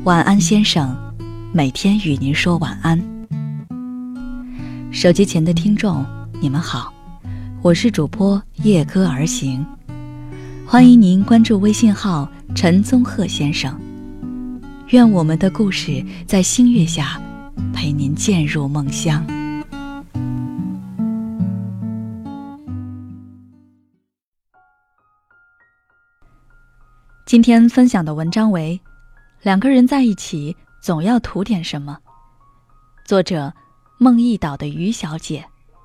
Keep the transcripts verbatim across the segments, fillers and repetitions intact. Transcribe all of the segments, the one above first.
晚安先生，每天与您说晚安。手机前的听众，你们好，我是主播夜歌而行，欢迎您关注微信号陈宗鹤先生。愿我们的故事在星月下陪您渐入梦乡。今天分享的文章为两个人在一起总要图点什么，作者梦一岛的于小姐。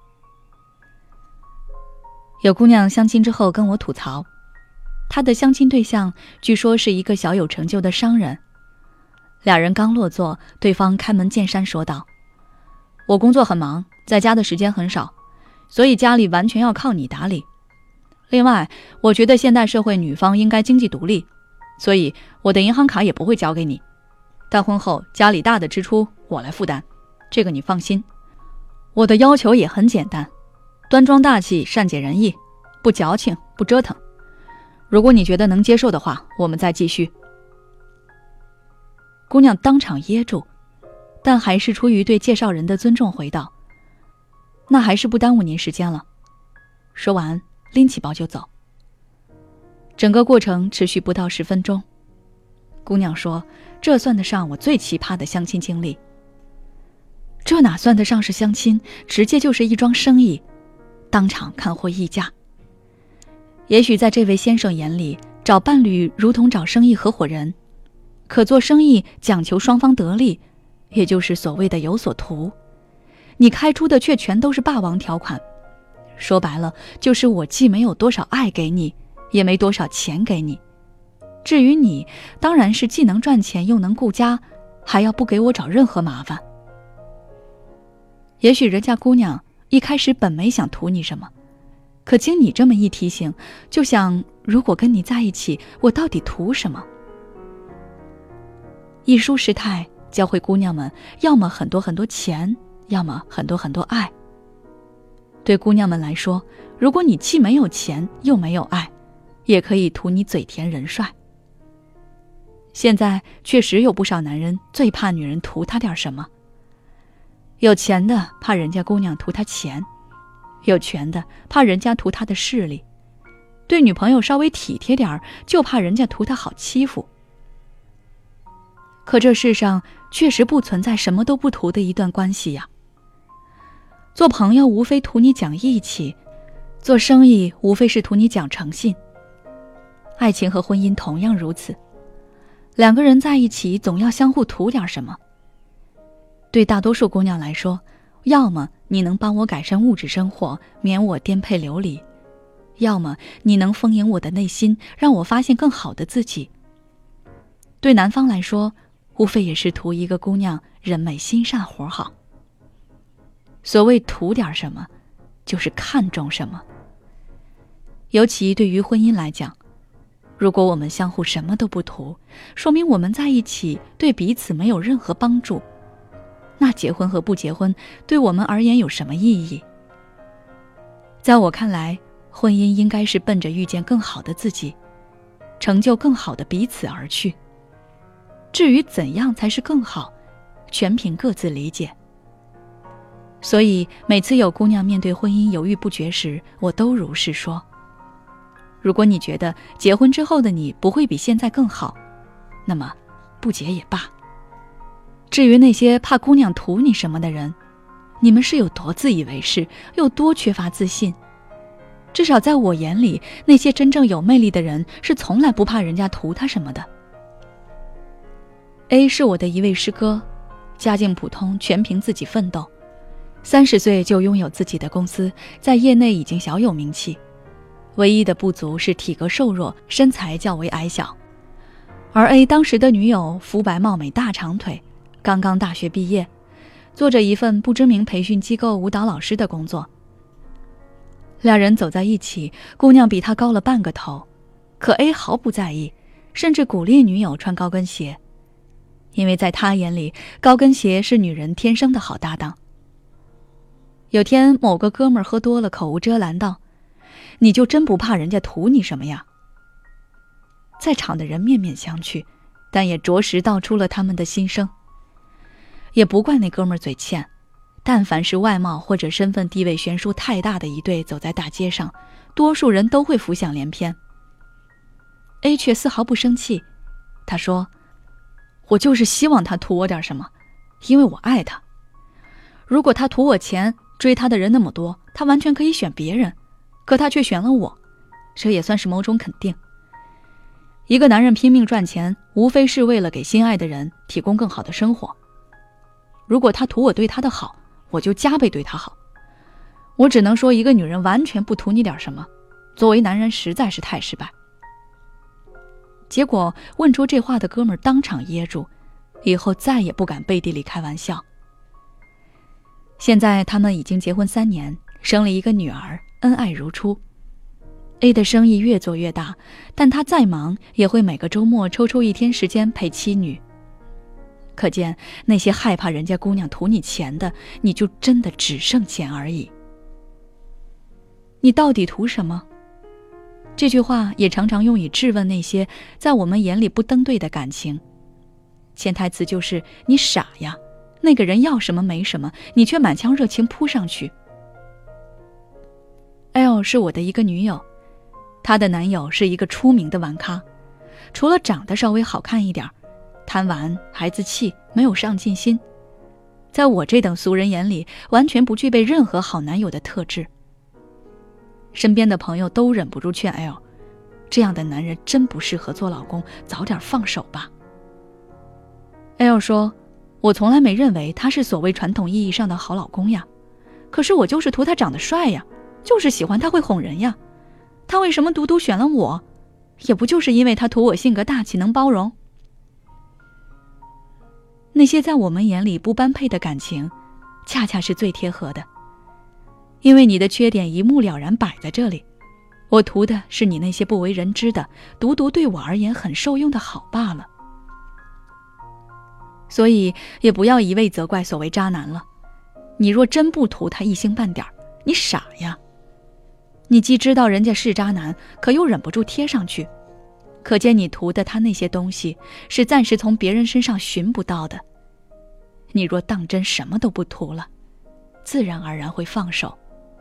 有姑娘相亲之后跟我吐槽，她的相亲对象据说是一个小有成就的商人。俩人刚落座，对方开门见山说道：我工作很忙，在家的时间很少，所以家里完全要靠你打理。另外，我觉得现代社会女方应该经济独立，所以我的银行卡也不会交给你，但婚后家里大的支出我来负担，这个你放心。我的要求也很简单，端庄大气，善解人意，不矫情，不折腾。如果你觉得能接受的话，我们再继续。姑娘当场噎住，但还是出于对介绍人的尊重回道：那还是不耽误您时间了。说完拎起包就走。整个过程持续不到十分钟。姑娘说，这算得上我最奇葩的相亲经历。这哪算得上是相亲，直接就是一桩生意，当场看货议价。也许在这位先生眼里，找伴侣如同找生意合伙人，可做生意讲求双方得利，也就是所谓的有所图。你开出的却全都是霸王条款，说白了就是我既没有多少爱给你，也没多少钱给你。至于你，当然是既能赚钱又能顾家，还要不给我找任何麻烦。也许人家姑娘一开始本没想图你什么，可经你这么一提醒，就想如果跟你在一起，我到底图什么？一书时态教会姑娘们，要么很多很多钱，要么很多很多爱。对姑娘们来说，如果你既没有钱又没有爱，也可以图你嘴甜人帅。现在确实有不少男人最怕女人图他点什么。有钱的怕人家姑娘图他钱，有权的怕人家图他的势力，对女朋友稍微体贴点儿，就怕人家图他好欺负。可这世上确实不存在什么都不图的一段关系呀。做朋友无非图你讲义气，做生意无非是图你讲诚信。爱情和婚姻同样如此，两个人在一起总要相互图点什么。对大多数姑娘来说，要么你能帮我改善物质生活，免我颠沛流离，要么你能丰盈我的内心，让我发现更好的自己。对男方来说，无非也是图一个姑娘人美心善活好。所谓图点什么，就是看重什么。尤其对于婚姻来讲，如果我们相互什么都不图，说明我们在一起对彼此没有任何帮助。那结婚和不结婚对我们而言有什么意义？在我看来，婚姻应该是奔着遇见更好的自己，成就更好的彼此而去。至于怎样才是更好，全凭各自理解。所以每次有姑娘面对婚姻犹豫不决时，我都如是说。如果你觉得结婚之后的你不会比现在更好，那么不结也罢。至于那些怕姑娘图你什么的人，你们是有多自以为是，又多缺乏自信。至少在我眼里，那些真正有魅力的人是从来不怕人家图他什么的。A 是我的一位师哥，家境普通，全凭自己奋斗。三十岁就拥有自己的公司，在业内已经小有名气。唯一的不足是体格瘦弱，身材较为矮小。而 A 当时的女友肤白貌美，大长腿，刚刚大学毕业，做着一份不知名培训机构舞蹈老师的工作。两人走在一起，姑娘比他高了半个头，可 A 毫不在意，甚至鼓励女友穿高跟鞋，因为在他眼里，高跟鞋是女人天生的好搭档。有天某个哥们儿喝多了，口无遮拦道：你就真不怕人家图你什么呀？在场的人面面相觑， 但也着实道出了他们的心声。也不怪那哥们儿嘴欠，但凡是外貌或者身份地位悬殊太大的一对走在大街上，多数人都会浮想联翩。A 却丝毫不生气，他说：我就是希望他图我点什么，因为我爱他。如果他图我钱，追他的人那么多，他完全可以选别人，可他却选了我，这也算是某种肯定。一个男人拼命赚钱，无非是为了给心爱的人提供更好的生活。如果他图我对他的好，我就加倍对他好。我只能说，一个女人完全不图你点什么，作为男人实在是太失败。结果问出这话的哥们儿当场噎住，以后再也不敢背地里开玩笑。现在他们已经结婚三年，生了一个女儿，恩爱如初。A 的生意越做越大，但他再忙也会每个周末抽出一天时间陪妻女。可见那些害怕人家姑娘图你钱的，你就真的只剩钱而已。你到底图什么？这句话也常常用以质问那些在我们眼里不登对的感情，潜台词就是你傻呀，那个人要什么没什么，你却满腔热情扑上去。L 是我的一个女友，她的男友是一个出名的玩咖，除了长得稍微好看一点，贪玩、孩子气，没有上进心，在我这等俗人眼里，完全不具备任何好男友的特质。身边的朋友都忍不住劝 L， 这样的男人真不适合做老公，早点放手吧。L 说，我从来没认为他是所谓传统意义上的好老公呀，可是我就是图他长得帅呀，就是喜欢他会哄人呀，他为什么独独选了我？也不就是因为他图我性格大气能包容？那些在我们眼里不般配的感情，恰恰是最贴合的。因为你的缺点一目了然摆在这里，我图的是你那些不为人知的，独独对我而言很受用的好罢了。所以也不要一味责怪所谓渣男了，你若真不图他一星半点，你傻呀。你既知道人家是渣男，可又忍不住贴上去，可见你图的他那些东西是暂时从别人身上寻不到的。你若当真什么都不图了，自然而然会放手。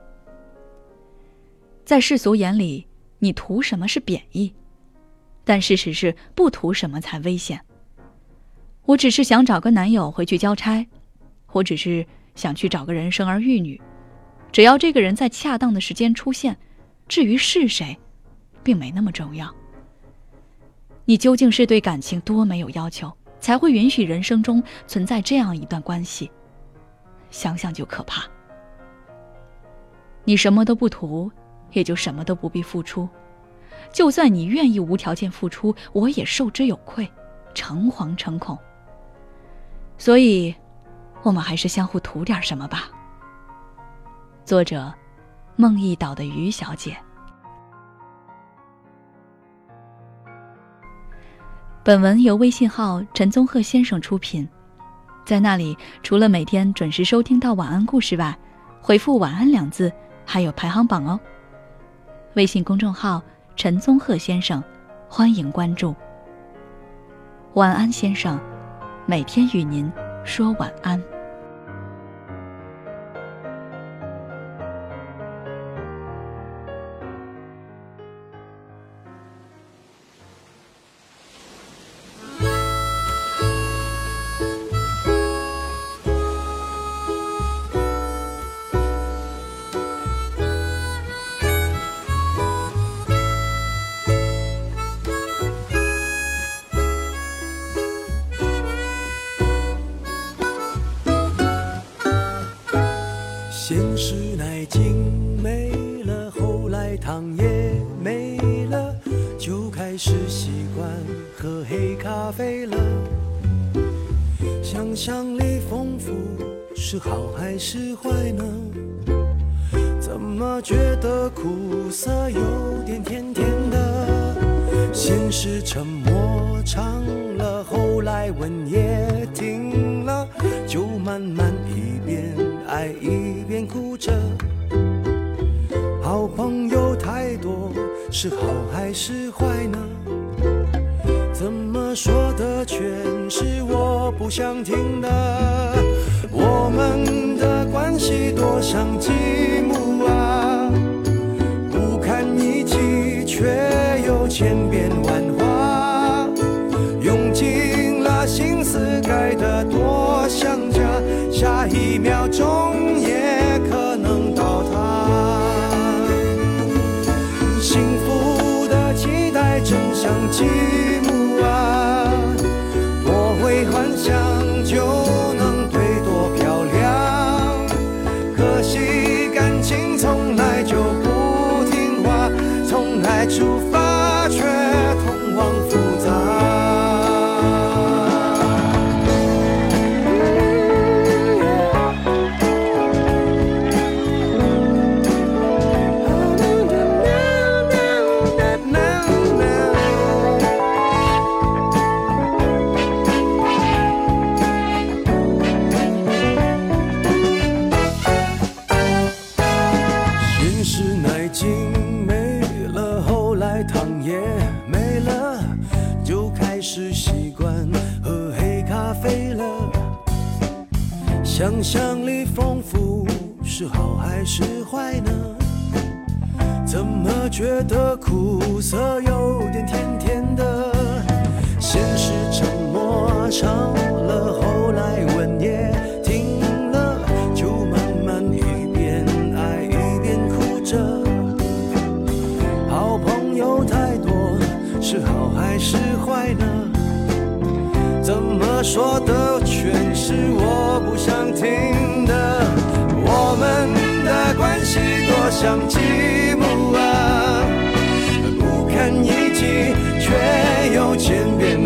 在世俗眼里，你图什么是贬义，但事实是不图什么才危险。我只是想找个男友回去交差，我只是想去找个人生儿育女，只要这个人在恰当的时间出现，至于是谁，并没那么重要。你究竟是对感情多没有要求，才会允许人生中存在这样一段关系？想想就可怕。你什么都不图，也就什么都不必付出。就算你愿意无条件付出，我也受之有愧，诚惶诚恐。所以我们还是相互图点什么吧。作者：梦一岛的于小姐。本文由微信号陈宗鹤先生出品，在那里除了每天准时收听到晚安故事外，回复晚安两字还有排行榜哦。微信公众号陈宗鹤先生，欢迎关注。晚安先生，每天与您说晚安。 现实奶精没了，后来糖也没了，就开始习惯喝黑咖啡了。想象力丰富是好还是坏呢？怎么觉得苦涩有点甜甜的？先是沉默长了，后来吻也停了，就慢慢一边爱一边哭着。好朋友太多是好还是坏呢？怎么说的全是我不想听的。我们的关系多像积木啊，不堪一击，却又千变万化，用尽了心思盖得多像家，下一秒钟也可能倒塌。幸福的期待正像积木啊，我会幻想就能对多漂亮，可惜感情从来就不听话，从来出发却通往复杂。想象力丰富是好还是坏呢？怎么觉得苦涩有点甜甜的？先是沉默长了，后来吻也停了，就慢慢一边爱一边哭着。好朋友太多是好还是坏呢？怎么说的全是我不想听的。我们的关系多像积木啊，不堪一击，却又千变